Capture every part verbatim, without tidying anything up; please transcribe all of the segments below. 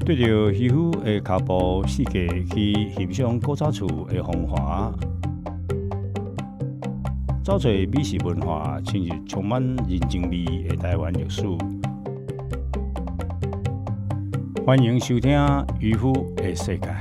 对着渔夫的脚步世界去欣赏古早厝的风华，找找美食文化，深入充满人情味的台湾历史。欢迎收听《渔夫的世界》。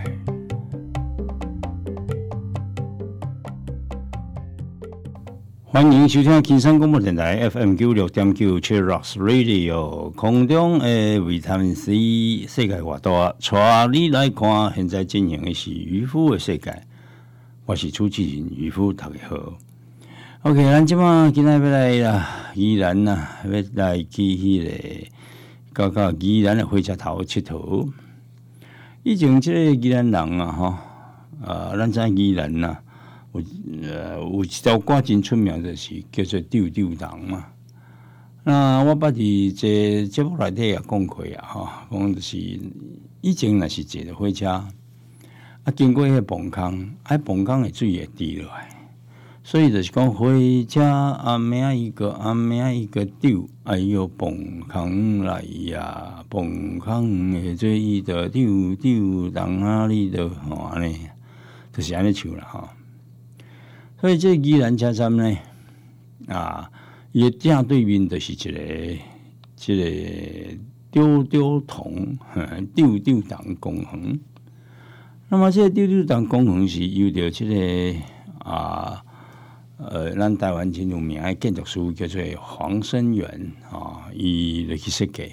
欢迎收听金山广播电台 F M 九六点九 Cheros Radio 空中的维他命 C 世界活大，带你来看现在进行的是渔夫的世界。我是主持人渔夫，大家好。OK， 咱即马今仔要来啦，宜兰呐，要来去迄、那个到到宜兰的火车头佚佗。以前即个宜兰人啊，吼，啊，咱知宜兰呐。有呃有一条歌真出名，就是叫做《丢丢人》嘛。那我捌伫这节目内底也讲过啊，吼，讲就是以前若是坐着火车，啊经过迄个崩坑，啊崩坑的水会滴落来，所以就是讲火车啊名一个啊名一个丢，哎哟崩坑来呀，崩坑的水伊就丢丢人啊，你就吼安尼，就是安尼唱啦吼。所以这宜兰车站呢，啊，伊正对面就是一个，一个丢丢桶、丢丢档工行。那么这个丢丢档工行是由着这个啊，呃，咱台湾真有名的建筑师叫做黄生源啊，伊来去设计。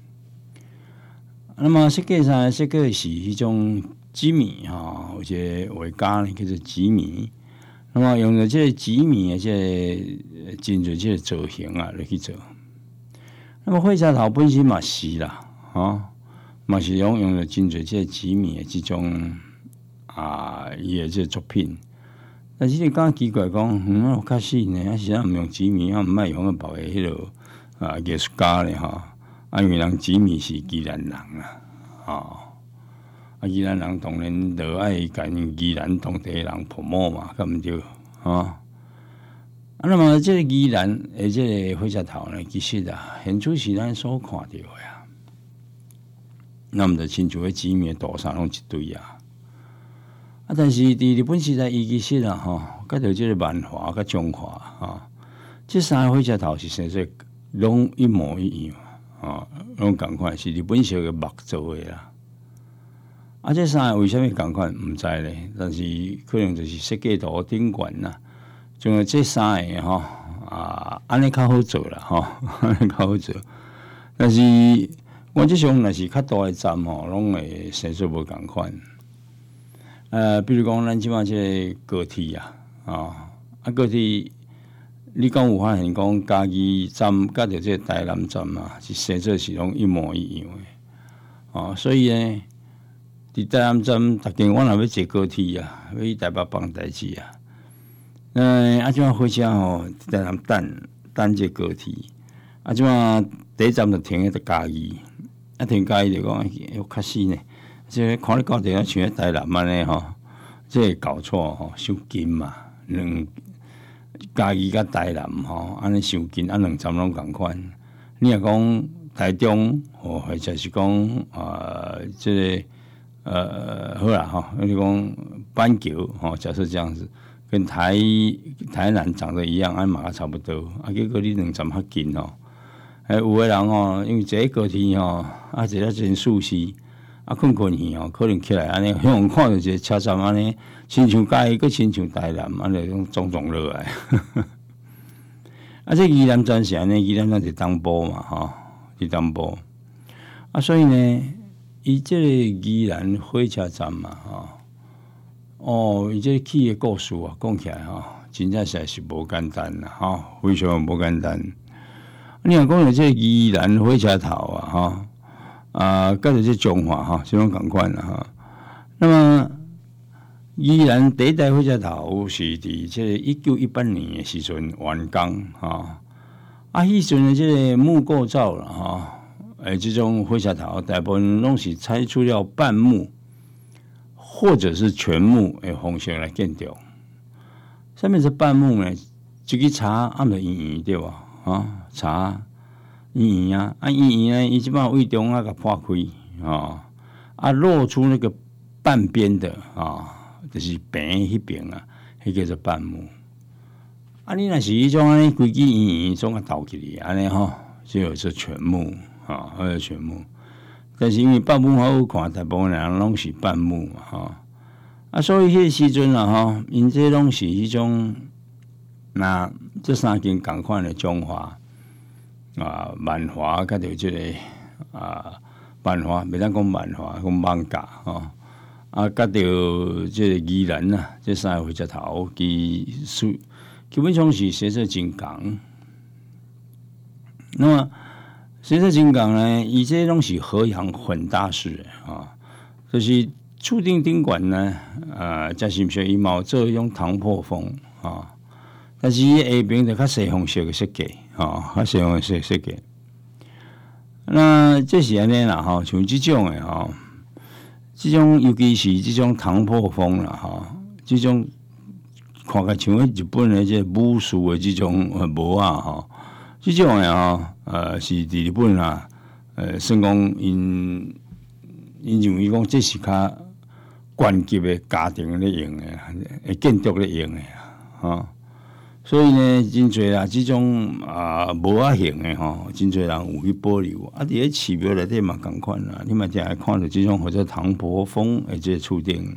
那么设计上设计是迄种几米哈，有一个画家呢叫做几米。那么用了这个几米的这个真侪这个造型啊来去做。那么火车头本身嘛是啦，啊，嘛是用用了真侪这个几米的这种啊伊的这个作品。但是你讲奇怪讲，嗯，我确实呢，啊是啊毋用几米，啊毋爱用个别个迄落啊艺术家咧吼，啊因为人几米是宜兰人啊，啊。啊，宜兰人当然就爱甲宜兰当地人泡沫嘛，咁毋对啊。啊，那么这个宜兰的这个火车头呢，其实啊，现处是咱所看到的啊。那么就亲像迄几米大山拢一堆啊。啊，但是伫日本时代，伊其实啊，吼，甲着这个万华甲中华啊，这三个火车头是实说拢一模一样啊，拢共款是日本小个木做的啦。啊，这三个为什么共款毋知咧？但是可能就是设计图顶悬啦，像这三个吼啊，安尼较好做啦吼，安尼较好做。但是我即种若是较大的站吼，拢会生做无共款。呃，比如讲咱即马这个高铁啊，啊，啊高铁，你讲有发现讲嘉义站甲着这个台南站嘛，是生做是拢一模一样的，啊，所以呢。伫台南站，逐天我若要坐高铁啊，要去台北办代志啊。嗯，啊，即马火车吼，伫台南等等这高铁。啊，即马第一站就停喺嘉义，啊，停嘉义就讲，哟，确实呢，即看你到底啊，像喺台南安尼吼，即个搞错吼，伤近嘛，两嘉义甲台南吼，安尼伤近，啊，两站拢共款。你若讲台中，哦，或者是讲啊，即、这个。呃，好啦哈，你讲板桥哈，假设这样子，跟台台南长得一样，按马差不多，啊，结果你两站较近哦，哎，有个人哦，因为坐高铁哦，啊，坐了真舒适，啊，困困去哦，可能起来安尼，向我看到一个车站安尼，亲像嘉义，佮亲像台南，安尼种种种落来。啊，这宜兰站是安尼，宜兰站是东部嘛，吼，是东部，啊，所以呢。伊即个宜兰火车站嘛，吼，哦，伊即起的故事啊，讲起来吼，真正实在是无简单啦，吼，非常无简单。你若讲到即个宜兰火车头啊，吼，啊，甲着即中华吼，即种共款啦，吼。那么宜兰第一代火车头是伫即个一九一八年的时阵完工，吼，啊，迄阵的即个木构造啦，吼。诶，这种火车头大部分拢是采取了半木或者是全木的方式来建造。上面是半木呢，一个茶暗着圆圆对吧？啊，茶圆圆啊，啊圆圆呢，伊即摆位中啊甲破开啊， 啊，露出那个半边的啊，就是平迄边啊，迄叫做半目。啊，你若是迄种安尼规矩圆圆种啊倒起嚟安尼吼，就有说全目啊，或者全目。但是因为半目好看，大部分人拢是半目嘛吼。啊，所以迄个时阵啊吼，因这拢是迄种，那这三件共款的中华啊，漫画甲着即个啊。漫画，袂当讲漫画，讲漫画吼。啊，甲着即个宜兰呐，这三个火车头，其基基本上是色色真共。那么色色真共呢，伊这拢是和洋混搭式的啊，就是厝顶顶管呢，啊，加是毋是伊嘛有做迄种唐破风啊，但是伊下边就较西方式的设计啊，较西方式设计。那这是安尼啦吼，像即种诶吼，即种尤其是即种唐破风啦吼，即种看起像日本诶即武术诶即种帽啊吼，即种诶吼，呃是伫日本啊，呃算讲因因认为讲这是较高级诶家庭咧用诶，诶建筑咧用诶吼。所以呢，真侪啦，即种啊无啊型诶吼，真侪人有去保留。啊，伫咧寺庙内底嘛共款啦，你嘛定会看到即种或者唐伯风诶即个厝顶。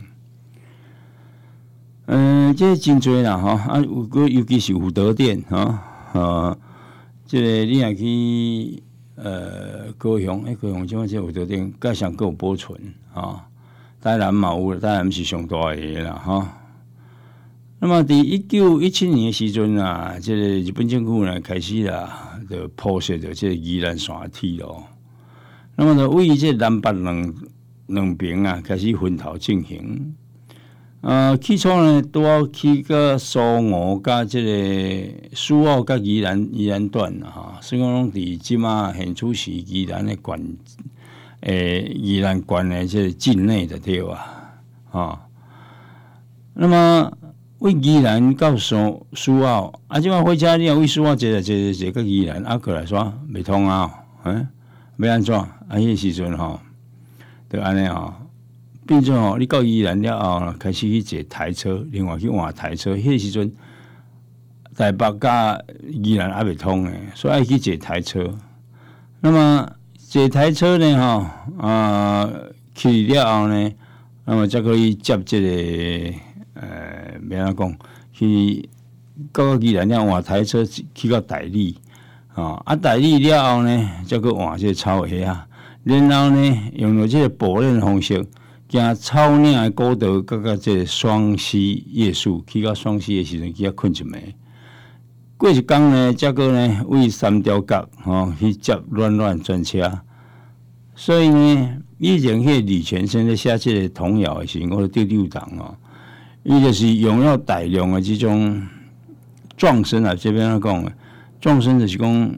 嗯、呃，即、這個、真侪啦吼，啊，有尤其是武德殿吼，啊，即、這個你若去呃高雄，诶、欸、高雄即款即武德殿，加上佫有保存吼，台南嘛有，台南是上大个啦吼。那么，伫一九一七年的时阵啊，这个日本政府呢开始啦，就铺设着这个宜兰线铁路。那么呢，为这南北两两边啊开始分头进行。呃，起初呢，拄好去个苏澳甲这个苏澳甲宜兰宜兰段啊，哈，所以讲拢伫即马现处是宜兰的管，诶、欸，宜兰管的这境内的对吧？啊，那么。为宜兰到苏苏澳，啊，即摆火车你若为苏澳坐来坐坐坐到宜兰，啊，过来煞袂通啊，嗯，要安怎？啊，迄个时阵吼，就安尼吼，变做吼，你到宜兰了后，开始去坐台车，另外去换台车。迄个时阵，台北甲宜兰还袂通诶，所以爱去坐台车。那么坐台车呢，吼，啊，去了后呢，那么才可以接即、这个。呃，要安怎讲？去到宜兰了换台车去到台里，啊，啊台里了后呢，再去换这草鞋啊，然后呢，用了这个步练方式，行草岭的古道，到到这个双溪夜宿，去到双溪的时阵，去遐困一暝。过一工呢，再个呢，为三条角吼去接暖暖专车。所以呢，以前迄李全生咧写这个童谣的时候，我丢丢档哦。伊就是用了大量的这种壮声啊，这边来讲，壮声就是讲，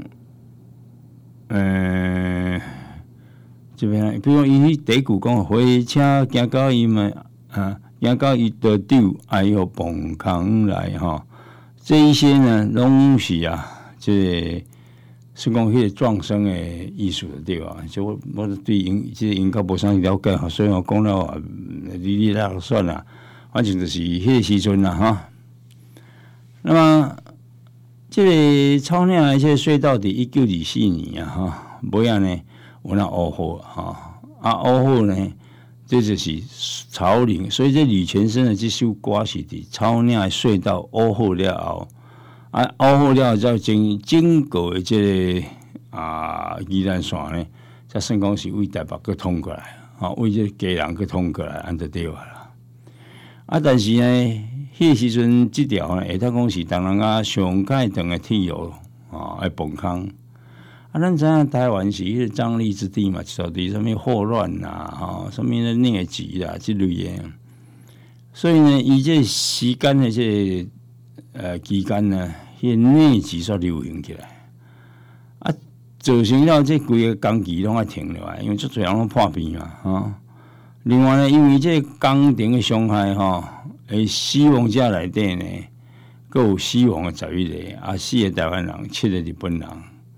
呃，这边比如伊第一句讲，火车行到伊们啊，行到伊的丢，哎呦，崩坑来哈，这一些呢，拢是啊，这是讲迄个壮声的艺术的对吧？就我我对音这音高无啥了解，所以我讲了哩哩啦啦算啦。反正就是迄个时阵啦，哈。那么，这个草岭的这个隧道伫一九二四年啊，哈，尾仔呢有那乌好哈，啊乌好呢，这就是草岭，所以这吕全生的这首歌是伫草岭的隧道乌好了后，啊乌好了后才经经过的这个啊宜兰线呢，才算讲是为台北去通过来，啊为这家人去通过来，安就对啊啦。啊，但是呢，迄个时阵即条呢，下头讲是当然啊上界长的铁路啊，会崩坑。啊，咱知影台湾是迄个瘴疠之地嘛，受伫什么霍乱啦，吼，什么的疟疾啦，即类的。所以呢，伊这时间的这个、呃期间呢，迄、那个疟疾煞流行起来，啊，造成了这规个工期拢要停落来，因为足侪人拢破病嘛，吼。另外呢，因为这工程的伤害吼，诶，死亡者内底呢，佫有死亡的十一个，啊，四个台湾人，七个日本人，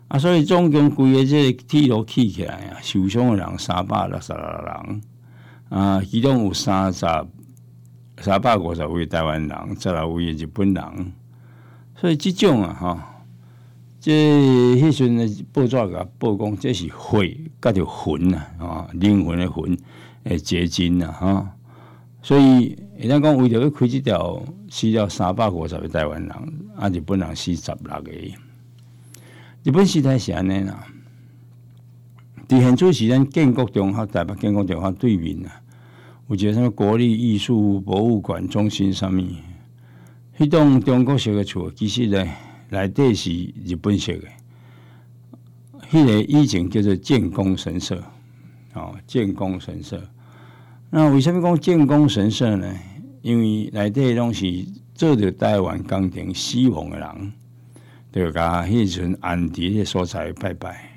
啊，所以总共规个这个铁路起起来啊，受伤的人三百六十六人，啊，其中有三十三百五十位台湾人，十六位日本人，所以这种啊，哈，这迄阵的报纸甲报讲，这是血甲着魂啊，啊，灵魂的魂诶结晶啊，哈，所以会当讲为着要开这条，死了三百五十个台湾人，啊，日本人死十六个。日本时代是安尼啦，伫现在是咱建国中学台北建国中学对面啊，有一个什么国立艺术博物馆中心上面，迄栋中国式的厝，其实咧内底是日本式的，迄、那个以前叫做建功神社，哦，建功神社。那为什么讲建功神社呢？因为内底拢是做着台湾工程死亡的人。就甲迄阵安伫迄所在拜拜，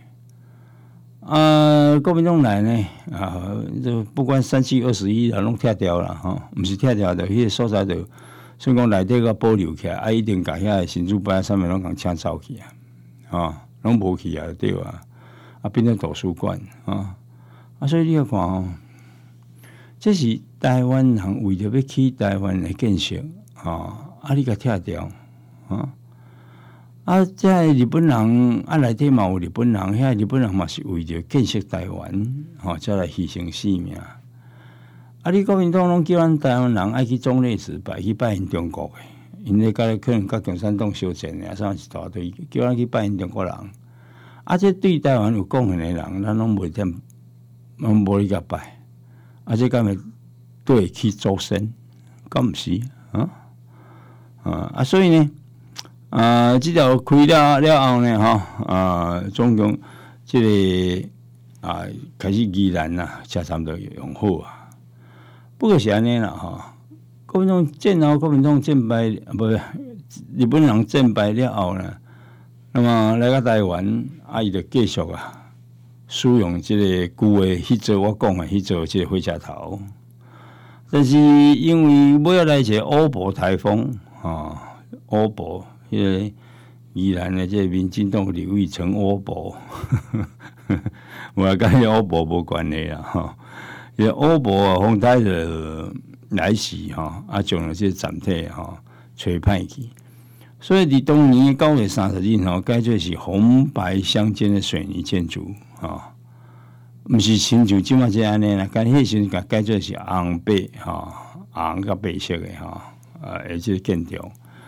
啊，国民党来呢，啊，就不管三七二十一啊，拢拆掉啦，吼，毋是拆掉，就迄个所在就，所以讲内底个保留起来，啊，一定甲遐个神主牌上面拢共请走去啊，吼，拢无去啊，对啊，啊，变成图书馆啊，啊，所以你要看吼，这是台湾人为着要起台湾的建设，吼，啊，你甲拆掉，啊。啊，在日本人啊，内底嘛有日本人，遐日本人嘛是为着建设台湾，吼、哦，才来牺牲性命。啊，你国民党拢叫咱台湾人爱去总列祠拜，去拜因中国的，因咧甲可能甲共产党相战啊，啥一大堆，叫咱去拜因中国人。啊，这对台湾有贡献的人，咱拢袂点，拢无去甲拜。啊，这敢会对去祖先？敢毋是啊？啊啊，所以呢？啊，这条开了了后呢，哈啊，总共这个啊开始宜兰呐，车站都用好啊。不过是安尼啦，哈，国民党战后，国民党战败，不日本人战败了后呢，那么来到台湾，啊，伊就继续啊，使用这个旧的迄座我讲的迄座这个火车头，但是因为尾要来一个乌波台风啊，乌波。迄个宜兰的这民进党刘义成乌波，我甲迄乌波无关系啦吼。伊个乌波啊，风台就来袭吼，啊，将了这站体吼吹歹去。所以伫当年九月三十日吼，改做是红白相间的水泥建筑吼，毋是亲像即马这安尼啦，但迄时甲改做是红白吼，红甲白色的吼，啊，而且建筑。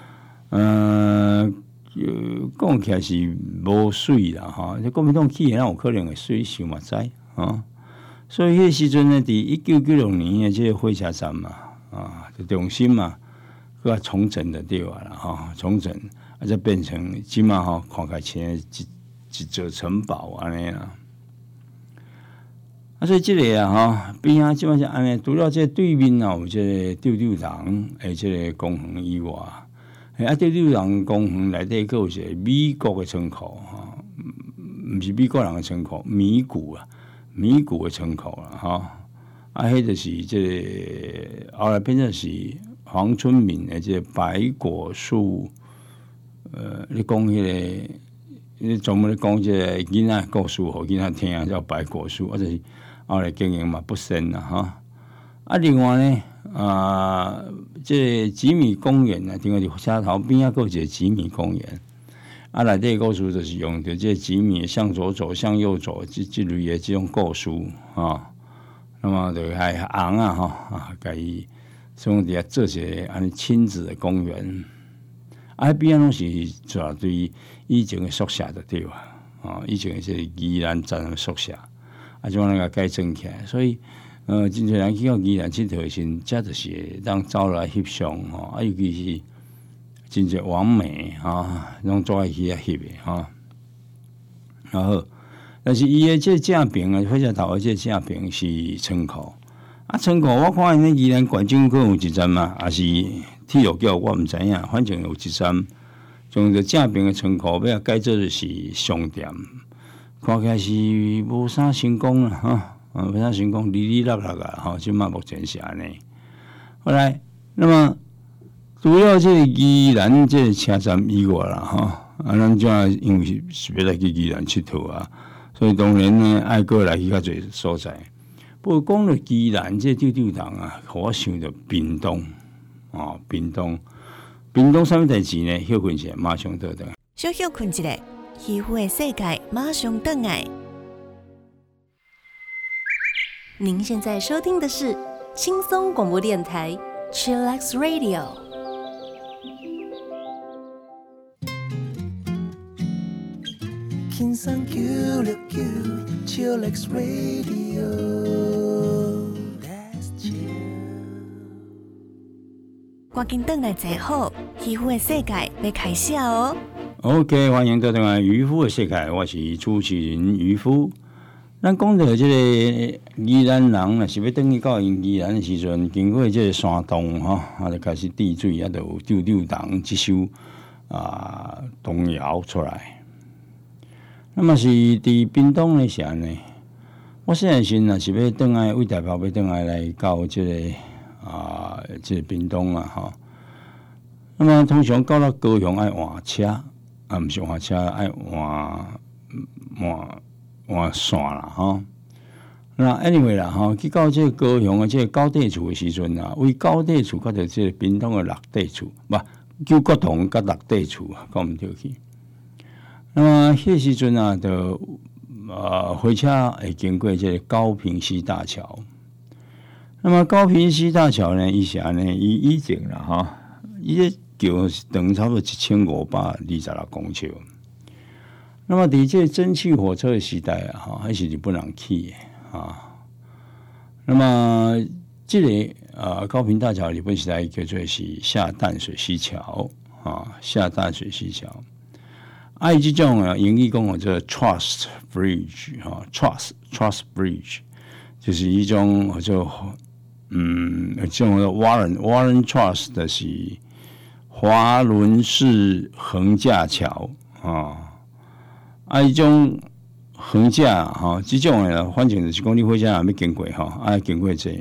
嗯，讲起来是无水啦，哈！这国民党起，哪有可能会水想嘛知啊？所以迄时阵呢，伫一九九六年的这个火车站嘛，啊，就重新嘛，佮重整的对啊啦，哈，重整，啊，再变成即嘛吼，看起来像一一座城堡安尼啦。啊，所以这个啊，哈，边啊，即嘛是安尼，除了这对面啊有这个吊吊堂，诶，这个公园以外。啊！这六人公园内底佫有一个美国的仓库哈，毋是美国人的仓库，米谷啊，米谷的仓库啦哈。啊，迄就是这个、后来变成是黄春明的这个白果树。呃，你讲迄、那个，你专门咧讲这个囡仔故事，互囡仔听叫白果树，或者是后来经营嘛不深啦哈。啊，另外呢。啊，这吉米公园啊，顶个伫车头边啊，有一个吉米公园。啊，内底故事就是用着这吉米向左走，向右走，这这类的这种故事啊。那么就还红啊，哈啊，甲伊从底下做一个安尼亲子的公园。啊，边啊拢是一大堆以前的宿舍就对啊，啊，以前是宜兰站的宿舍，啊，就那个改整起来，所以。呃，真侪人去到宜兰佚佗时，这就是当走来翕相吼，啊，尤其是真侪网美哈，拢做爱去遐翕的哈。然后，但是伊的这正平啊，火车头的这正平是仓库，啊，仓库我看因宜兰县政府有一站嘛，也是铁路局我毋知影，反正有一站，从这正平的仓库要改做是商店，看起来是无啥成功啦哈。啊，非常成功，哩哩啦啦啊！吼，即马目前是安尼。后来，那么除了这个宜兰这个车站以外啦，吼啊，咱即因为是是要来去宜兰佚佗啊，所以当然呢爱过来去较侪所在。不过讲到宜兰这丢丢堂啊，互我想到屏东哦，屏东，屏东啥物代志呢？休困一下，马上倒转。 小休困一下，渔夫的世界马上倒来。您现在收听的是轻松广播电台 Chillax Radio。 轻松九六九 Chillax Radio。Let's chill。 赶紧倒来坐好，渔夫的世界要开始哦。 OK， 欢迎倒转来渔夫的世界，我是主持人渔夫。咱讲到即个宜兰人，若是要转去到因宜兰的时阵，经过即个山洞吼，啊，就开始滴水，啊，就有丢丢堂即首啊童谣出来。那么是伫屏东的时呢，我细汉时若是要转来为台北要转来来到即、这个啊即、这个屏东啊吼。那麼通常到到高雄愛換車，啊毋是換車，愛換換換線啦吼。那 anyway 啦吼，去到即個高雄的即個高地厝的時陣啊，為高地厝甲着即個屏東的落地厝，唔九國同甲落地厝啊，講毋對去。那麼迄時陣啊，就呃火車會經過即個高屏溪大橋。那麼高屏溪大橋呢，伊是安尼，伊以前啦吼，伊個橋是長差不多一千五百二十六公尺。那麼伫這蒸汽火車的時代啊，哈，還是日本人起的啊。那麼這個呃高屏大橋日本時代叫做是下淡水溪橋啊，下淡水溪橋。啊，伊這種啊英語講叫做 Trust Bridge 哈 ，Trust Trust Bridge 就是一種就嗯，這種的 Warren Warren Trust 的是華倫式橫架橋啊，啊，伊種橫架哈，這種的反正就是講你火車也沒經過哈，啊，經過這個。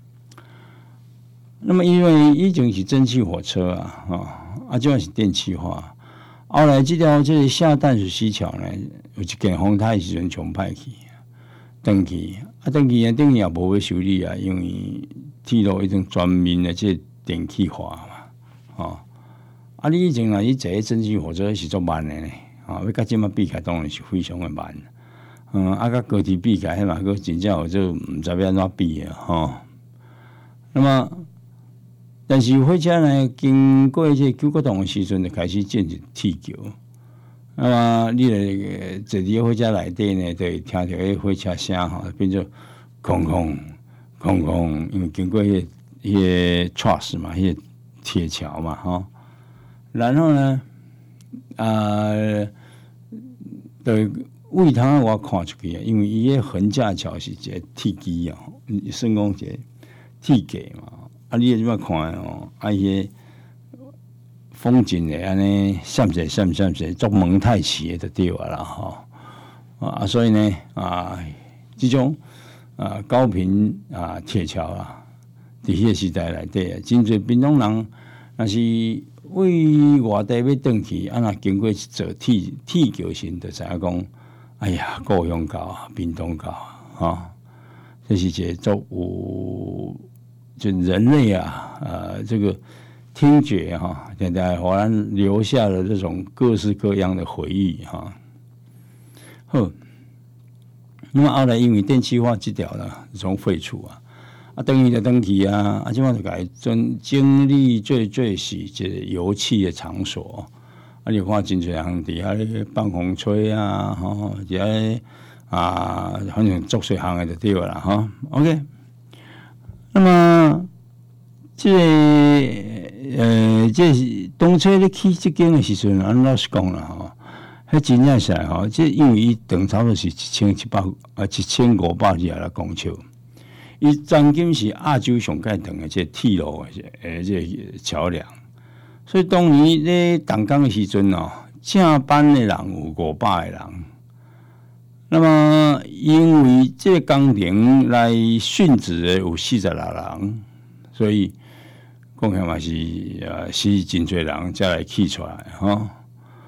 那麼因為以前是蒸汽火車啊，啊，啊，這是電氣化。後來這條這個下淡水溪橋呢，有一件風台的時陣衝歹去，登去啊，登去啊，等於也無要修理啊，因為鐵路一種專門的這個電氣化嘛，哦，啊，你以前啊，你坐蒸汽火車是足慢的呢，啊，要甲即馬比起來當然是非常的慢，嗯，啊，甲高鐵比起來，迄嘛個真正有就毋知要安怎比啊，吼。那麼但是火車呢，經過這九國洞的時陣，就開始進入鐵橋。那麼你來坐喺火車內底呢，就會聽到迄火車聲吼，變做空空空空，因為經過迄迄個 truss 嘛，迄個鐵橋嘛，吼。然後呢，啊、呃，就位頭我看出去啊，因為伊個橫架橋是一個鐵基啊，算講一個鐵架嘛。啊！你即擺看哦，啊伊個風景誒安尼閃閃閃閃閃，足蒙太奇誒就對啊啦吼啊！所以呢啊，即種啊高屏啊鐵橋啊，伫迄個時代內底啊，真濟屏東人，若是為外地要轉去，啊若經過一座鐵鐵橋時，就知影講，哎呀，故鄉到啊，屏東到啊，吼，這是一個足有。就人類啊，呃，這個聽覺哈，現在忽然留下了這種各式各樣的回憶哈。好，那麼後來因為電氣化這條呢，從廢除啊，啊，等於就登去啊，啊，即馬就改真經歷最最是這個油氣的場所，啊，你看真濟人佇遐咧放風吹啊，吼，佇遐啊，反正做水行的就對啦，哈 ，OK。那麼，這個呃，這是當初咧起這間的時陣，按老實講啦吼，迄真正是吼，這因為伊長差不多是一千七百啊，一千五百二十六公尺，伊曾經是亞洲上蓋長的這鐵路誒，這個橋梁，所以當年咧動工的時陣哦，正班的人有五百個人。那麼，因為這工程來殉職的有四十六人，所以講起嘛是呃是真濟人才來起出來吼。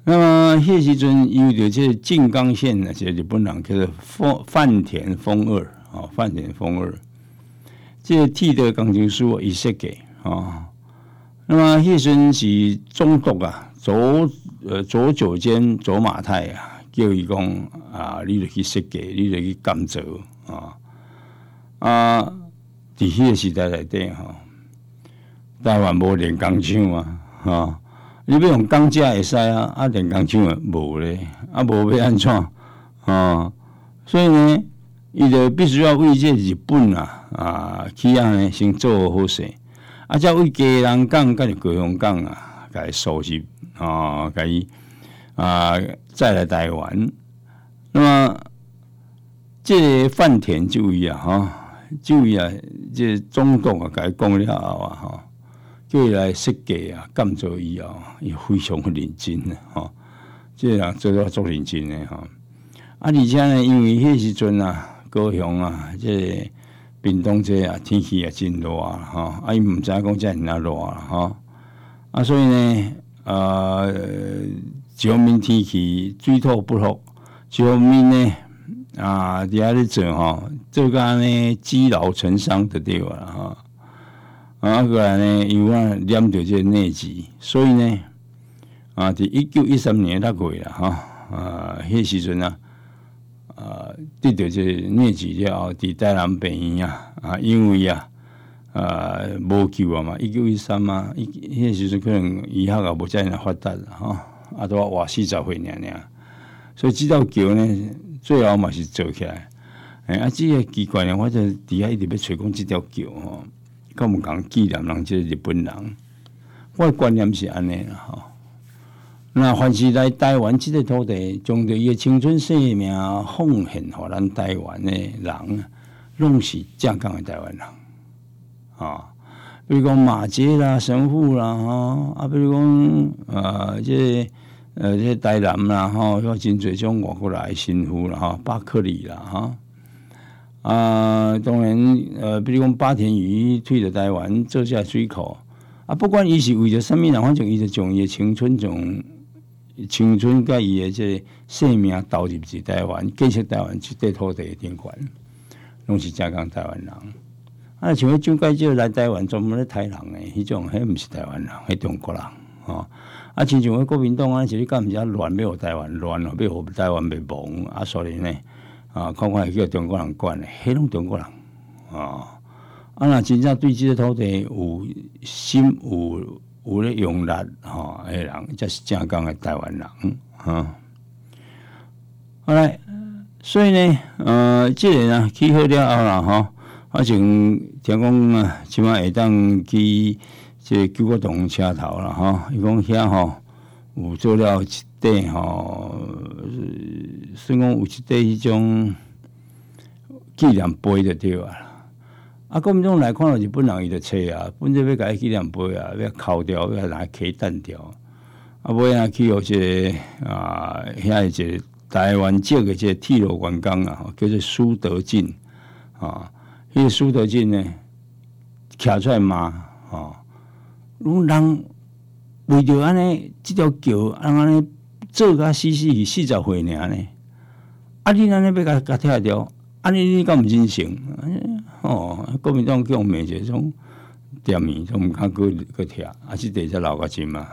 那么迄时阵有着这静冈县啊，这日本人叫做丰饭田丰二啊，饭田丰二，这个铁道工程师伊设计啊。那么迄阵是总督啊，左呃左九间左马太啊，叫伊讲啊，你著去设计，你著去监造啊啊！伫迄个时代内底吼，台湾无炼钢厂啊，哈！你要用钢架会使啊，啊炼钢厂啊无咧，啊无要安怎啊？所以呢，伊就必须要为这日本啊啊企业呢先做好势。啊，才为家人港、甲高雄港啊，甲伊收拾啊，甲伊啊再来台湾。那么，这个饭田这位啊，哈，这位啊，这总统啊，甲伊讲了后啊，哈，叫伊来设计啊，监造以后，伊非常认真啊，哈，这个人做到足认真的哈。啊，而且呢，因为迄时阵啊，高雄啊，这个屏东这啊天气也真热啊，哈！啊，伊毋知影讲遮尔那热啊，哈！啊，所以呢，呃，一方面天气水土不服，一方面呢，啊，伫遐咧做吼，做甲呢积劳成伤就对啦，哈！啊，过来呢，因为啊染着这疟疾，所以呢，啊，伫一九一三年六月啦，哈，啊，迄时阵啊。呃，得到这疟疾了后，伫台南病院啊，啊，因为啊，呃，无救啊嘛，一九一三啊，伊迄时阵可能医学也无遮尔发达啦，吼，啊，都活四十岁尔尔，所以这道桥呢，最后嘛是做起来。哎，啊，这个奇怪呢，我就伫遐一直要找讲这条桥吼，敢毋共纪念人，即个日本人，我的观念是安尼啦，吼。那凡是来台湾这个土地，将着伊的青春生命奉献予咱台湾的人，拢是正港的台湾人啊。比如讲马偕啦、神户啦，吼啊，比如讲呃，这個、呃这個、台南啦，吼，有真侪种外国来的新妇啦，吼，巴克利啦，哈啊，当然呃，比如讲巴田鱼退到台湾做下水口啊，不管伊是为着什么人，反正伊就将伊的青春从青春甲伊的这生命投入至台湾，建设台湾这块土地的顶悬，拢是正港台湾人。啊，像迄蒋介石来台湾专门咧台人的，迄种迄毋是台湾人，迄中国人吼。啊，亲像迄国民党啊，是咧干毋是啊乱要互台湾乱哦，要互台湾灭亡啊，所以呢啊，看看会叫中国人管的，迄拢中国人啊。啊，若真正对即个土地有心有。有咧用力吼，诶人才是正港的台湾人哈。好来，所以呢，呃，即个呢起好了后啦吼，啊像听讲啊，即摆会当去即个九个洞车头啦吼，伊讲遐吼有做了一块吼，算讲有一块迄种纪念碑就对啊。啊，国民党来看到日本人，伊就找啊，本来要甲伊纪念碑啊，要敲掉，要拿起弹掉。啊，尾啊去有一个啊，遐一个台湾籍的这铁路员工啊，叫做苏德进啊。迄个苏德进呢，徛出来骂啊，拢人为着安尼，这条桥人安尼做甲死死四十岁尔呢。啊，你安尼要甲甲拆掉，安尼你敢毋真诚？哦，国民党叫骂一种店面，都毋敢搁搁拆，啊，即地才留较真嘛。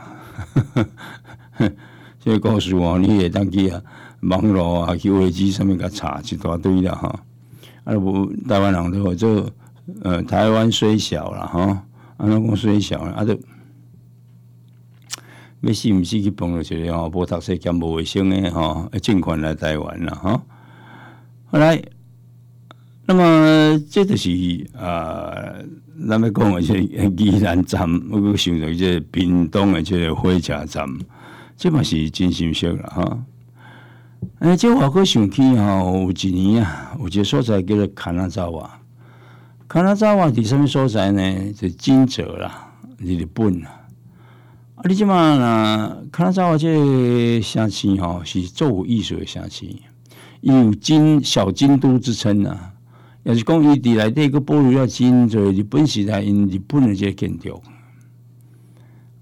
这个故事哦，你会当去啊，网络啊，去维基上面甲查一大堆啦哈。啊，无台湾人都好做，呃，台湾虽小啦哈，啊，咱讲虽小啊，都要死毋死去碰到一个吼，无读册兼无卫生的吼，政权来台湾啦哈。后来。那么，这就是啊，咱要讲的这宜兰站，我想到这屏东的这个火车站，这嘛是真心惜啦哈。哎，这我搁想起吼，有一年啊，有一个所在叫做卡纳扎瓦，卡纳扎瓦伫什么所在呢？就金泽啦，日本啦。啊，你即嘛呐，卡纳扎瓦这个城市吼，是作有艺术的城市，有金小京都之称啊。也是讲，伊伫内底个保留了真侪日本时代因日本的这个建筑。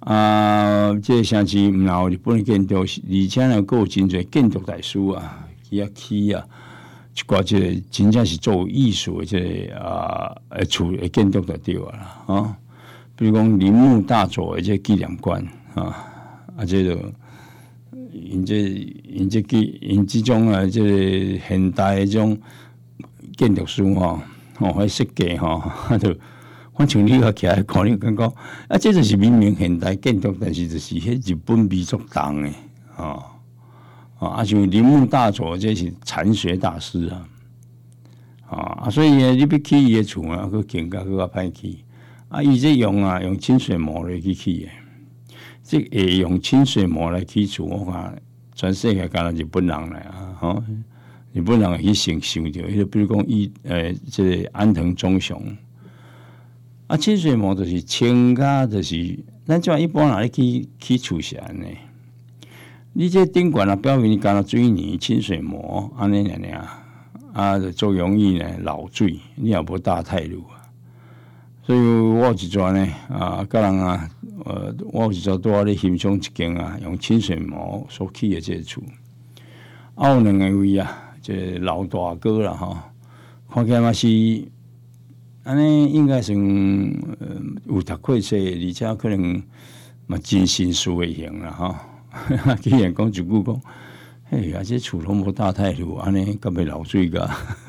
啊，这个城市毋然有日本的建筑，而且呢，佫有真侪建筑大师啊，去啊起啊，一寡即个真正是做艺术的即个啊，诶厝诶建筑就对啊啦，啊，比如讲铃木大佐的这纪念馆啊，啊，这个因这因这纪因这种啊，即个现代的这种建筑师吼，吼，迄设计吼，啊，就。反正你个起来看，你感觉啊，这就是明明现代建筑，但是就是迄日本美作动的啊啊，像铃木大佐，这是禅学大师啊啊，所以呢，你要去伊个厝啊，佮更加佮较歹去啊。伊这用啊，用清水模来去起的，这会用清水模来起厝，我看全世界敢若日本人来啊，吼，日本人去想想着，迄个比如讲伊诶，这个安藤忠雄。啊，清水模就是清甲，就是咱即一般人去去厝是安尼。你这顶管啊，表面你干了水泥、清水模安尼安尼啊，啊，就最容易呢漏水，你也无大太路啊。所以我有一阵呢啊，甲人啊，呃，我有一阵拄啊咧欣赏一间啊，用清水模所起的这厝，啊有两个位啊，这老大哥啦吼，看起来嘛是。安尼应该算、呃、有读过册，而且可能嘛真心事的型啦吼。既然讲一句讲，嘿，啊这厝拢无大太路，安尼敢会漏水个？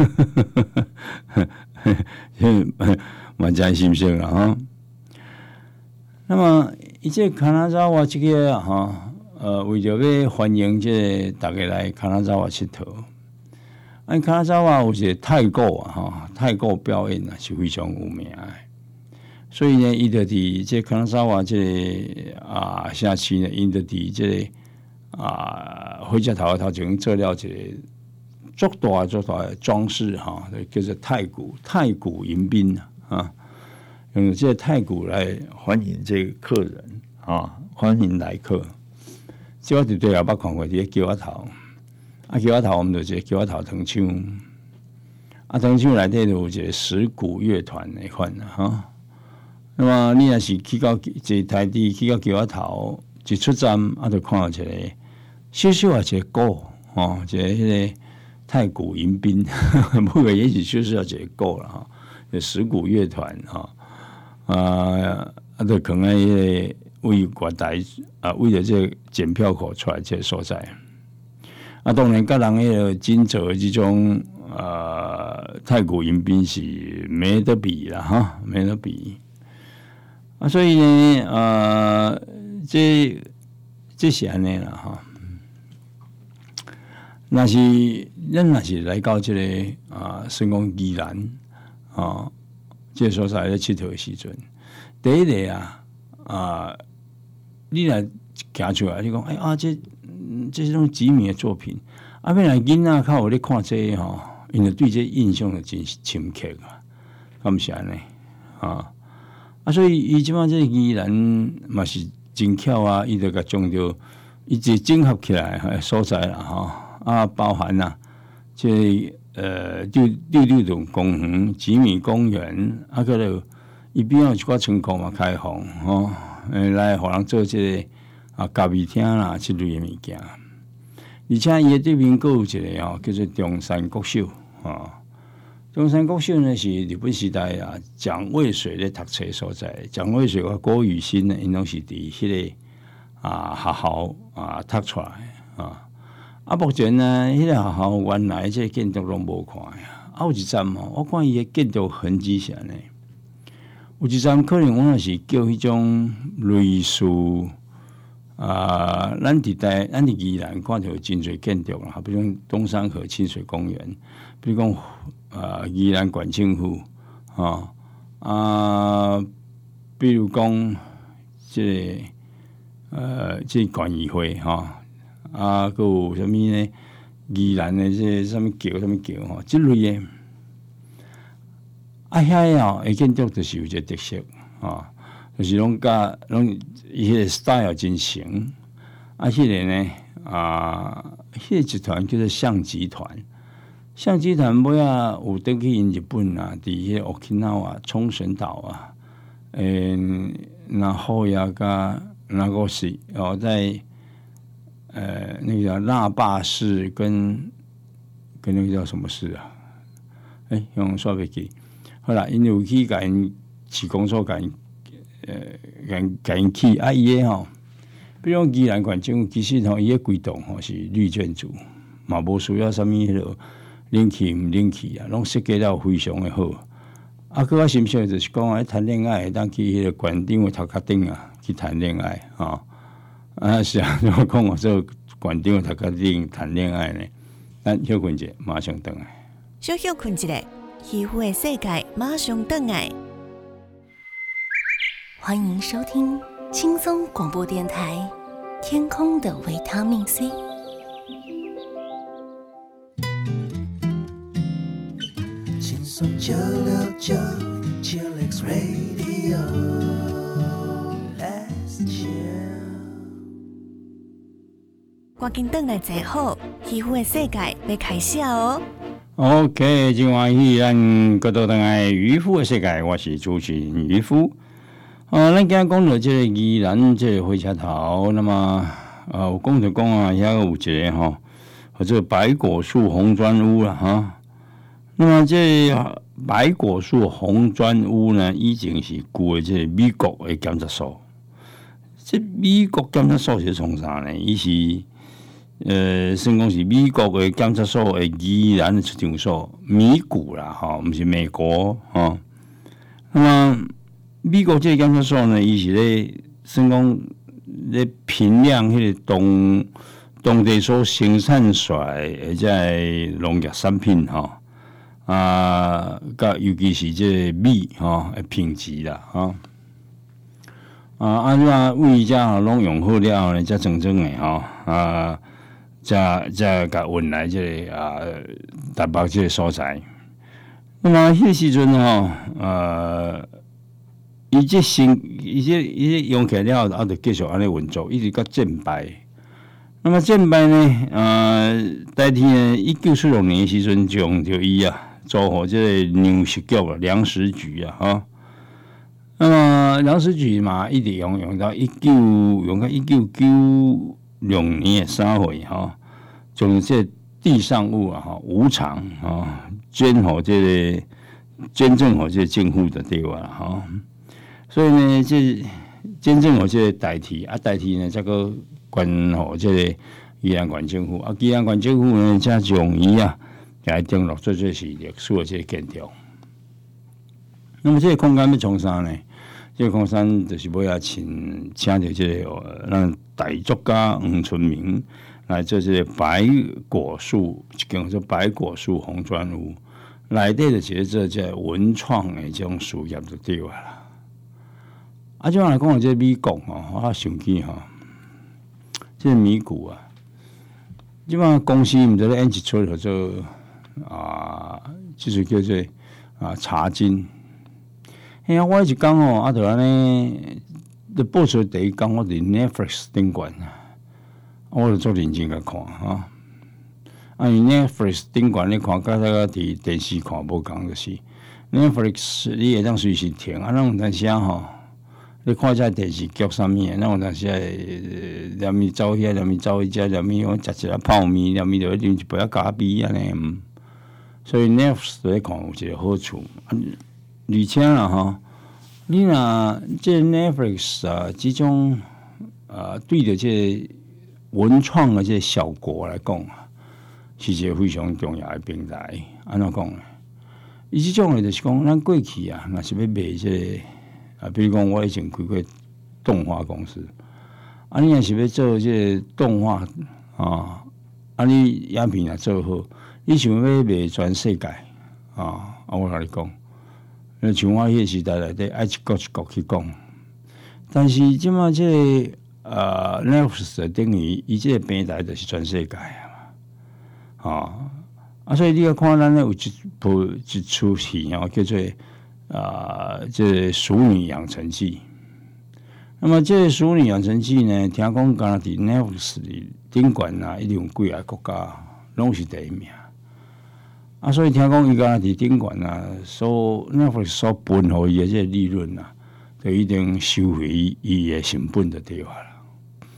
嘛真心声啦吼。那么伊这卡纳扎瓦这个吼，呃，为着要欢迎这大家来卡纳扎瓦佚佗。按卡扎瓦有一个太鼓啊，哈，太鼓表演啊是非常有名的。所以呢，伊就伫这卡扎瓦这个啊城市呢，因就伫这个啊火车头头前做了一个足大足大的装饰哈，叫做太鼓太鼓迎宾啊，用这个太鼓来欢迎这个客人啊，欢迎来客。这我就对也捌看过这个桥仔头。啊，桥仔头我们就一个桥仔头糖厂，啊，糖厂内底就有一个石鼓乐团的款啊，哈。那么你若是去到这台地去到桥仔头，一出站啊，就看到一个小小啊一个鼓，哦，一个迄个太鼓迎宾，不过也许小小一个鼓啦，哈，就石鼓乐团哈，啊，啊，就可能迄个为国台啊，为了这个检票口出来这个所在。啊，当然，甲人迄个金泽这种呃太古迎宾是没得比啦，哈，没得比。啊，所以呢，呃，这这是安尼啦，哈。那是咱那是来到这个啊，算讲宜兰啊，这个所在咧佚佗的时阵，第一个啊啊，你来行出来，你讲哎啊这。这种吉米的作品，啊，本来囡仔较有咧看这个吼，因为对这印象就真深刻啊，敢是安尼啊？啊，所以伊即摆这宜兰嘛是真巧啊，伊就甲将着一直整合起来所在啦吼，啊，包含啊，这呃六六六种公园、吉米公园，啊，个了伊边有一寡仓库嘛开放吼，诶，来互人做这个。啊，咖啡厅啦，这类的物件，而且伊对面佫有一个哦，叫做中山国小啊。中山国小呢是日本时代啊，蒋渭水咧读册所在。蒋渭水甲郭雨新呢，因拢是伫迄个啊学校啊读出来啊。啊，目前呢，迄、那个学校原来这建筑拢无看呀。啊，有一站哦，我看伊的建筑痕迹是安尼。有一站可能我若是叫迄种类似。啊，咱伫台，咱伫宜兰看到真侪建筑啦，比如东山河清水公园，比如讲啊宜兰管清府，啊啊，比如讲这个、呃这管议会哈，啊，佮有啥物呢？宜兰的这啥物桥，啥物桥吼，即类的，啊遐哦，诶建筑就是有一个特色啊。就是拢甲拢伊迄个 style 真成，啊，迄个呢啊，迄个集团叫做相集团，相集团尾啊有登去因日本啊，伫迄个 Okinawa 冲绳岛啊，诶，然后呀甲那个是哦，在呃那个叫那霸市跟跟那个叫什么市啊？哎、欸，用刷不记。后来因有去甲因市公所甲因呃甲因甲因去啊伊个吼，比如宜兰县政府其实吼伊个规栋吼是绿建筑，嘛无需要啥物迄落冷气毋冷气啊，拢设计了非常的好。啊，佮我心想就是讲，谈恋爱当去迄个县长的头壳顶啊，去谈恋爱啊。啊，是啊，我讲我做县长的头壳顶谈恋爱呢，咱休困者马上回来。 小休困一下，渔夫的世界马上回来。欢迎收听轻松广播电台《天空的维他命 C》。 轻松九六九 Chillax Radio Let's chill 赶紧回来坐好，渔夫的世界要开始哦。 OK， 今晚依咱各度回来渔夫的世界，我是主持人渔夫。啊，咱今日讲到这个宜兰这个火车头，那么啊，有讲就讲啊，遐有一个吼，或者白果树红砖屋啦哈。那么这白果树红砖屋呢，以前是旧的这美国的检察所。这美国检察所是从啥呢？伊是呃，算讲是美国的检察所的宜兰的出张所，美股啦哈，毋是美国哈。那么美国这个检察所呢，伊是咧算讲咧评量迄个当当地所生产出来的这农业产品哈。啊，甲尤其是这米吼诶品质啦，吼啊，啊，你啊为遮吼拢用好了呢，才整整诶吼啊，才才甲运来这个啊台北这个所在。那么迄个时阵吼，呃，伊这新伊这伊这用起来了，啊，就继续安尼运作，一直到战败。那么战败呢，呃，代替呢，一九四六年的时阵就用着伊啊。做好这个粮食局啊，粮食局啊，哈。那么粮食局嘛，一直用用到一九用到一九九六年的三月哈，从这地上物啊哈无偿啊捐好这个捐赠好这个政府的地方哈。所以呢，这捐赠好这个代替啊，代替呢这个捐好这个宜兰县政府啊，宜兰县政府呢，才将伊啊。来登录做这是历史的这个建筑。那么这个空间要从啥呢？这个空间就是要来请请到这个咱大作家黄春明来做这个白果树，叫做白果树红砖屋，内底就写做这文创的这种事业就对啦。啊，就来讲这个美国吼，我想起吼，这个美股啊，即摆公司毋知咧演一出叫做。啊，就是叫做啊茶金。哎呀，我一讲哦，啊，就安尼，就播出第一讲，我伫 Netflix 顶管啊，我就做认真甲看啊。啊，因 Netflix 顶管你看，甲个伫电视看无共，就是 Netflix 你会当随时停啊，咱有当时啊吼，你看遮电视剧啥物啊，咱有当时啊，连咪走遐，连咪走去遮，连咪我食一下泡面，连咪就啉一杯咖啡安尼。所以 Netflix 来看有一个好处，而且啦吼，你若这 Netflix 啊，这种啊对着这文创的这效果来讲啊，是一个非常重要的平台。安怎讲呢？伊这种的就是讲，咱过去啊，若是要卖这个、啊，比如讲我以前开过动画公司，啊，你若是要做这个动画啊，啊，你影片也做好。你想要卖全世界啊？啊，我甲你讲，像我迄个时代内底爱一国一国去讲，但是即马这个呃 Netflix 等于伊这个平台就是全世界啊嘛，啊啊，所以你要看咱咧有一部一出戏哦，叫做啊这个《熟女养成记》。那么这个《熟女养成记》呢，听讲敢若伫 Netflix 顶管啊，一定有几个国家拢是第一名。啊，所以听讲伊敢若伫顶悬啊，所 Netflix 所分互伊的这个利润啊， 就一定收回伊的成本就对话了。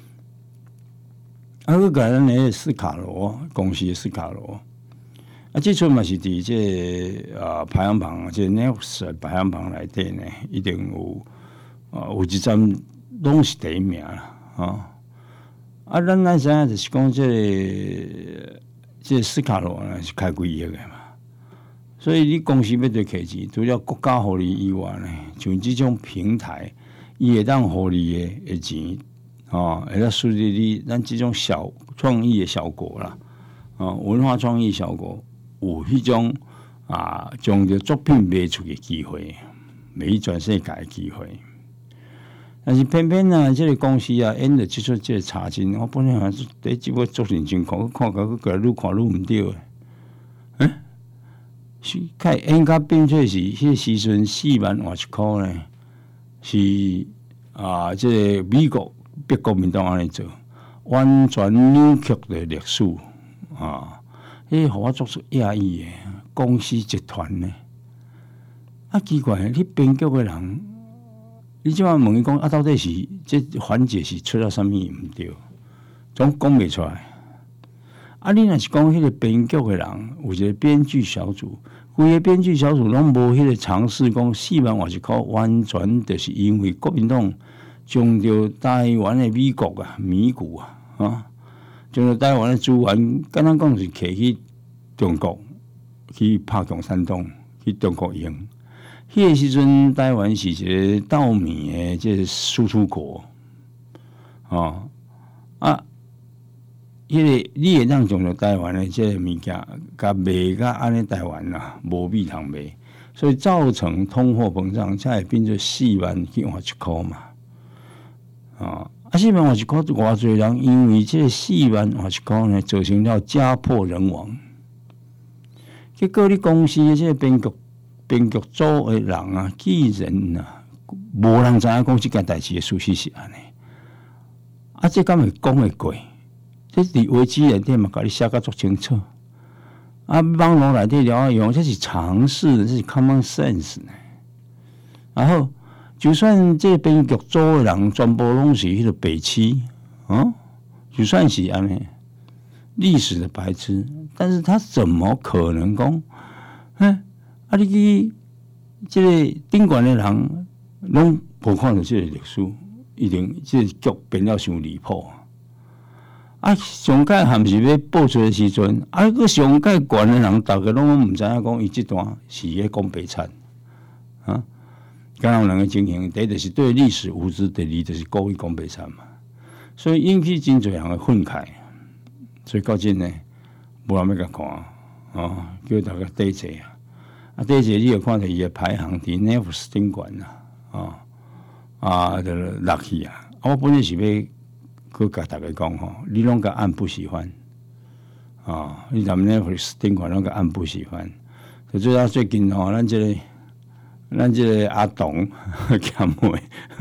啊，佮咱个斯卡罗公司的斯卡罗，啊，即阵嘛是伫这啊排行榜，即 Netflix 排行榜内底呢，一定有啊有一站拢是第一名啦，啊。啊，咱咱知影就是讲，这个、这个斯卡罗呢是开几亿的嘛，所以你公司要对客钱，除了国家互你以外呢，像这种平台，伊会当互你的的钱，哦，会当树立你咱这种小创意的效果啦，哦，文化创意效果有迄种啊，将着作品卖出去的机会，卖去全世界的机会。但是偏偏呢，这个公司啊，演着即出这个查金，我本来还是第一部做认真看，看到佮愈看愈毋对诶。诶、欸，是开演甲并且是迄个时阵四万偌一箍呢，是啊，这个美国别国民党安尼做，完全扭曲的历史啊！迄互我做出讶异诶，公司集团呢？啊，奇怪，你编剧诶人。你即摆问伊讲啊，到底是这环节是出了啥物毋对，总讲袂出来。啊，你若是讲迄个编剧的人，有一个编剧小组，规个编剧小组拢无迄个尝试讲四万偌一箍，完全就是因为国民党将着台湾的美国啊、美股啊，啊，将着台湾的资源，简单讲是摕去中国去拍共产党，去中国用。迄个时阵，台湾是一个稻米的这输出国，哦啊，迄、那个你会当从着台湾的这个物件，甲卖甲安尼台湾啦，无米通卖，所以造成通货膨胀，才会变做四万去换一箍嘛，啊，啊四万换一箍，偌侪人因为这四万换一箍呢，造成了家破人亡。结果你公司的这个编剧。编剧组的人啊，既然啊，无人知影讲即件代志的事实是安尼，啊，这敢会讲会过？这伫维基内底嘛，甲你写甲足清楚。啊，网络内底了用，这是常识，这是 common sense 呢。然后，就算这编剧组的人全部拢是迄个白痴，啊，就算是安尼，历史的白痴，但是他怎么可能讲？嗯？啊！你去即个顶悬的人，拢无看到即个历史，一定即个剧变了伤离谱。啊，上届含是要报出的时阵，啊，个上届悬的人，大家拢毋知影讲伊即段是咧讲白惨啊。敢有两个情形，第一就是对历史无知，第二就是故意讲白惨嘛。所以引起真侪人的愤慨，所以到今呢，无人要甲看啊，叫大家抵制啊。啊，第一个你有看到伊个排行伫 Netflix 顶悬啦，啊啊，就落去啊！我本来是要去甲大家讲吼，你拢甲按不喜欢啊！你踮 Netflix 顶悬拢甲按不喜欢，就最到最近吼，咱即、這个咱即个阿董减会，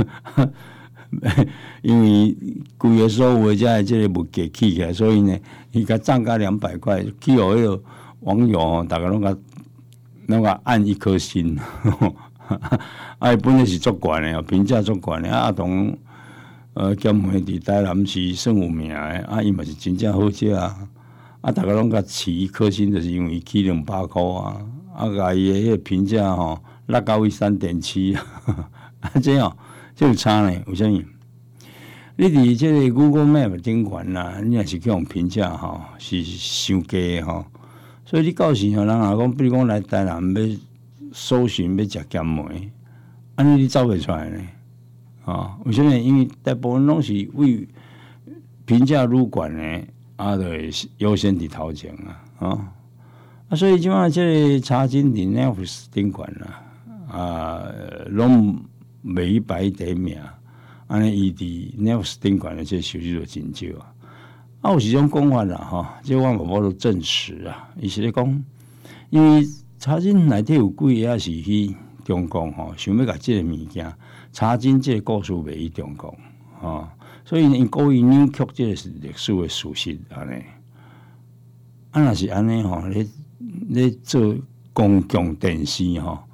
因为规个所有遮即个物价起起来，所以呢，伊甲涨价两百块，去互迄个网友吼，大家拢甲。那个按一颗星，啊，伊本来是足悬的，评价足悬的。啊，阿童，呃，减会伫台南市算有名的，啊，伊嘛是真正好食啊。啊，大家拢甲饲一颗星，就是因为起两百箍啊。啊，甲伊的迄个评价吼，拉高为三点七，啊，这样这有差呢？为什么？你伫这个 Google Map 顶悬啦，你若是去用评价吼，是伤低吼。所以你到时吼，人若讲，比如讲来台南要搜寻要食咸糜，安尼你走袂出来呢？啊，为什么？因为大部分拢是为评价愈悬的，啊，就会优先伫头前啊，啊，啊，所以即摆即个查金伫 Netflix 顶悬啦，啊，拢袂排第一名，安尼伊伫 Netflix 顶悬的即收视就真少啊。啊，有一种讲法啦，吼，即我无法度证实啊。伊是咧讲，因为查金内底有几个是去中国吼，想要甲即个物件查金即个故事卖去中国，吼，所以因故意扭曲即个历史的事实安尼。啊，若是安尼吼，咧咧做公共电视吼，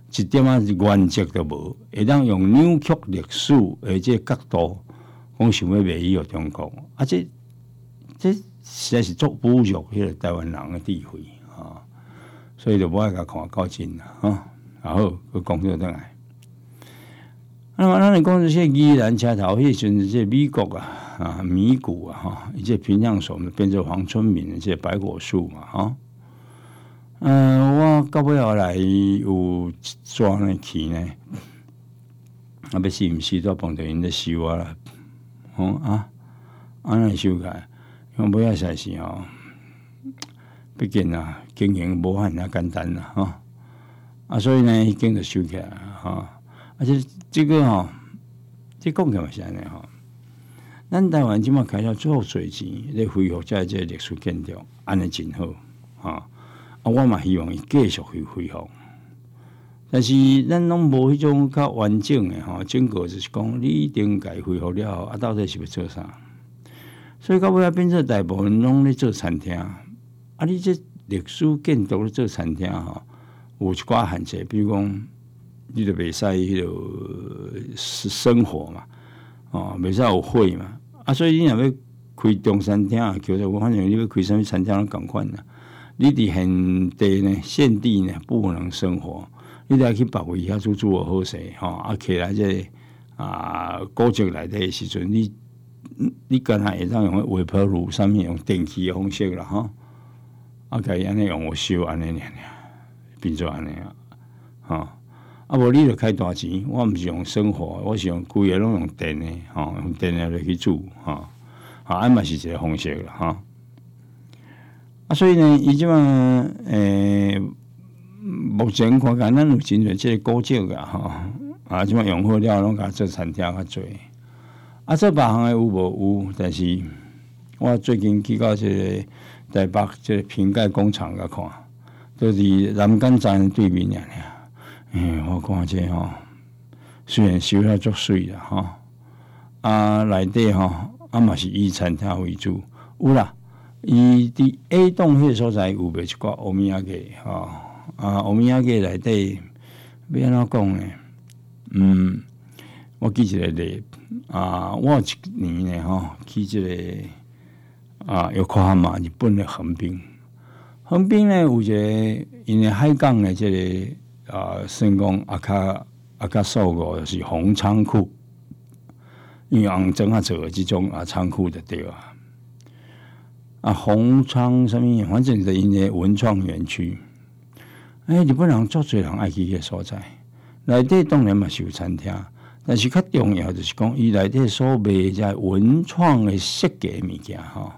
一点啊原则都无，会当用扭曲历史的这角度，讲想要卖伊互中国，啊这这实在是足侮辱迄个台湾人的智慧啊！所以就无爱甲看到真啦，吼、啊。然后佮讲到倒来，那么咱来讲这些宜兰车头，迄阵这美国啊啊米谷啊哈，一些平壤所变成黄春明的这百果树嘛，哈。嗯、呃，我到尾后来有抓呢去呢，啊，要是毋是都碰到因咧收我啦，吼啊，安尼收起来，因为尾仔实在是吼，毕竟啊经营无遐尔简单啦，吼。啊，所以呢，已经就收起来哈。而且这个哈、哦，这讲起来是安尼哈。咱台湾即马开始做侪钱来恢复这这历史建筑，安尼真好哈。啊，我嘛希望伊继续去恢复。但是咱拢无迄种较完整的哈，整个就是讲你一定该恢复了后，啊，到底是要做啥？所以到尾啊，变做大部分拢咧做餐厅。啊，你这历史建筑咧做餐厅哈。有一寡限制，比如讲，你就袂使迄个生活嘛，哦，袂使有火嘛，啊，所以你若要开中餐厅啊，叫做反正你要开什么餐厅拢共款啦。你伫现地呢，现地呢不能生活，你得去别位遐住住好势，吼、哦，啊，起来这啊古迹内底的时阵，你你干下会当用微波炉上面用电气的方式啦，吼、哦，啊，家己安尼用我烧安尼尔尔。变做安尼啊，吼、哦！啊，无你著开大钱，我毋是用生活，我是用规个拢用电的，吼、哦，用电的来去煮，吼、哦，啊，安嘛是一个方式啦，吼、哦。啊，所以呢，伊即嘛，诶、欸，目前看起咱有真侪即个古迹啊，吼，啊，即嘛用好了，拢甲做餐厅较济。啊，做别项的有无有？但是我最近去到即个台北即个瓶盖工厂甲看。就是南港站对面尔尔，诶，我看这吼、哦，虽然修了足水啦吼，啊内底吼啊嘛是以餐厅为主，有啦，伊伫 A 栋迄个所在有卖一寡欧米亚鸡吼，啊欧米亚鸡内底要安怎讲呢？嗯，我记一个例啊，我有一年呢吼去即、這個啊有看嘛日本的横滨。横滨呢有一个因为海港的这个啊，算讲阿卡阿卡受过就是红仓库，因为红砖啊做的这种啊仓库就对啊。啊红仓什么，反正就因为文创园区。哎，日本人足侪人爱去个所在，内底当然嘛是有餐厅，但是较重要就是讲伊内底所卖在文创的设计物件吼，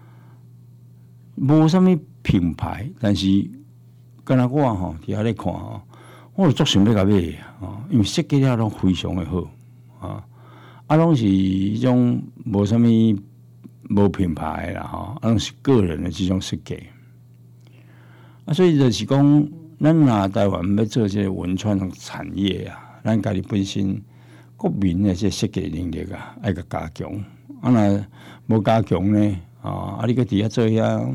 无啥物品牌，但是敢若我吼伫遐咧看吼，我足想要甲买吼，因为设计了拢非常的好啊，啊拢是迄种无啥物无品牌啦吼，啊拢是个人的这种设计，啊所以就是讲，咱若台湾要做这个文创产业啊，咱家己本身国民的这设计能力啊，爱个加强，啊若无加强呢，啊啊你个伫遐做遐。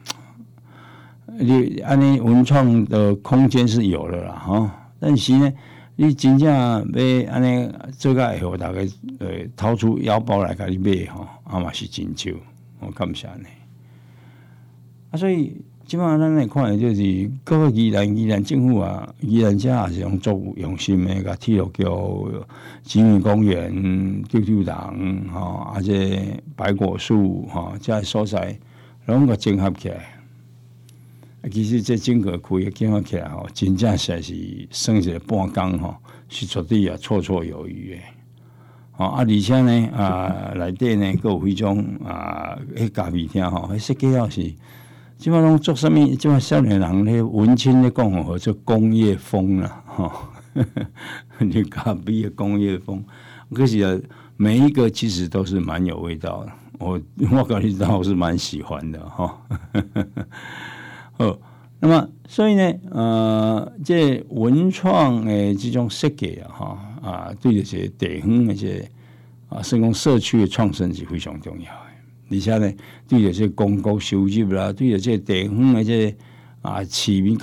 你安尼文创的空间是有了啦，吼，但是呢，你真正要安尼做个会互大家呃掏出腰包来甲你买吼，啊嘛是真少，我感谢你。啊，所以即马咱来看的就是各个宜兰宜兰政府啊，宜兰遮也是用足用心的，甲铁路桥、紫米公园、丢丢人吼，啊这百果树吼，遮所在拢个整合起来。其实这整个区域建设起来吼，真正实在是算一个半工吼，是绝对也绰绰有余的。哦啊，而且呢啊，内底呢，佫有迄种啊，迄咖啡厅吼，迄设计了是，即摆拢做啥物？即摆少年人咧文青咧讲吼，做工业风啦，吼，你咖啡的工业风，可是每一个其实都是蛮有味道的。我我感觉到我是蛮喜欢的哈。好，那么所以呢，呃，这文创诶这种设计啊，哈啊，对这些地方那些啊，甚至讲社区的创生是非常重要的。而且呢，对这些公共收入啦，对这些地方的这啊市民甲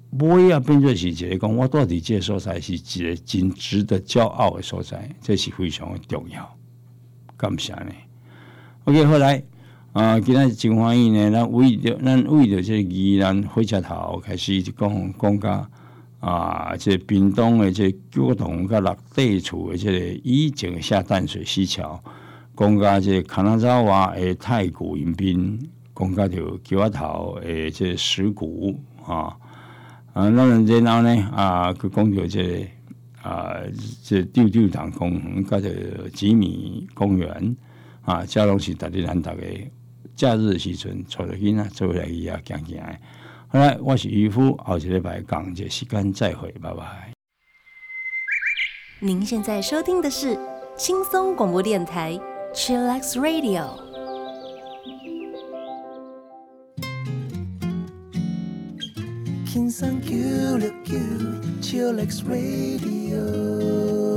尾啊变做是一个讲，我到底这个所在是一个真值得骄傲的所在，这是非常的重要。感谢呢。OK， 后来啊，今仔真欢喜呢，咱为着咱为着这宜兰火车头开始讲讲到啊，这屏东的这九洞甲六地厝的这个以前下淡水溪桥，讲到这卡纳扎瓦的太古迎宾，讲到着桥仔头的这石鼓啊，啊，那然后呢啊，佢讲到这啊，这丢丢塘公园，甲着吉米公园。啊，这拢是逐日咱逐个假日的时阵，带着囡仔做来伊啊行行的。好来，我是渔夫，后一礼拜讲这时间再会，拜拜。 您现在收听的是轻松广播电台 Chillax Radio。 轻松九六九 Chillax Radio。